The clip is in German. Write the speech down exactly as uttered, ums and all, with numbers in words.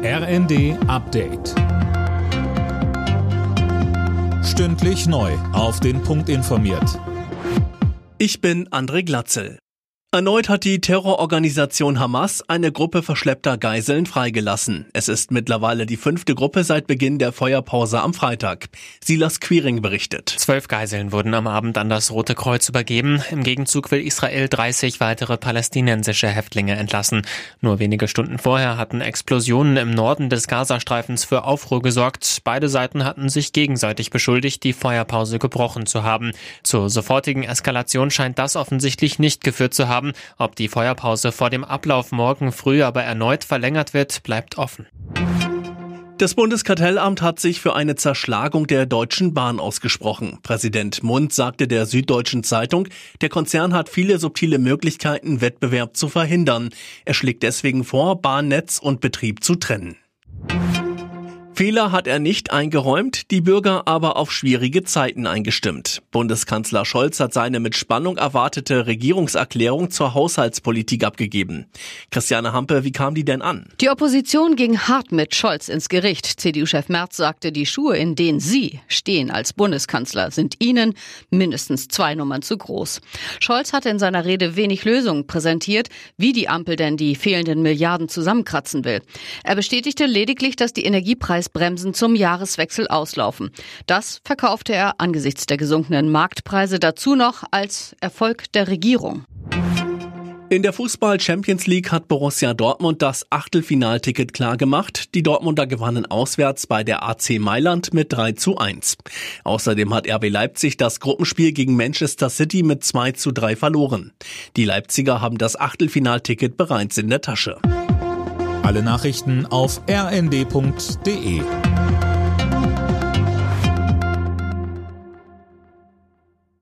R N D Update. Stündlich neu auf den Punkt informiert. Ich bin André Glatzel. Erneut hat die Terrororganisation Hamas eine Gruppe verschleppter Geiseln freigelassen. Es ist mittlerweile die fünfte Gruppe seit Beginn der Feuerpause am Freitag. Silas Quiring berichtet. Zwölf Geiseln wurden am Abend an das Rote Kreuz übergeben. Im Gegenzug will Israel dreißig weitere palästinensische Häftlinge entlassen. Nur wenige Stunden vorher hatten Explosionen im Norden des Gazastreifens für Aufruhr gesorgt. Beide Seiten hatten sich gegenseitig beschuldigt, die Feuerpause gebrochen zu haben. Zur sofortigen Eskalation scheint das offensichtlich nicht geführt zu haben. Ob die Feuerpause vor dem Ablauf morgen früh aber erneut verlängert wird, bleibt offen. Das Bundeskartellamt hat sich für eine Zerschlagung der Deutschen Bahn ausgesprochen. Präsident Mund sagte der Süddeutschen Zeitung, der Konzern hat viele subtile Möglichkeiten, Wettbewerb zu verhindern. Er schlägt deswegen vor, Bahnnetz und Betrieb zu trennen. Fehler hat er nicht eingeräumt, die Bürger aber auf schwierige Zeiten eingestimmt. Bundeskanzler Scholz hat seine mit Spannung erwartete Regierungserklärung zur Haushaltspolitik abgegeben. Christiane Hampe, wie kam die denn an? Die Opposition ging hart mit Scholz ins Gericht. C D U-Chef Merz sagte, die Schuhe, in denen Sie stehen als Bundeskanzler, sind Ihnen mindestens zwei Nummern zu groß. Scholz hatte in seiner Rede wenig Lösungen präsentiert, wie die Ampel denn die fehlenden Milliarden zusammenkratzen will. Er bestätigte lediglich, dass die Energiepreise Bremsen zum Jahreswechsel auslaufen. Das verkaufte er angesichts der gesunkenen Marktpreise dazu noch als Erfolg der Regierung. In der Fußball-Champions League hat Borussia Dortmund das Achtelfinalticket klargemacht. Die Dortmunder gewannen auswärts bei der A C Mailand mit drei zu eins. Außerdem hat R B Leipzig das Gruppenspiel gegen Manchester City mit zwei zu drei verloren. Die Leipziger haben das Achtelfinalticket bereits in der Tasche. Alle Nachrichten auf r n d punkt d e.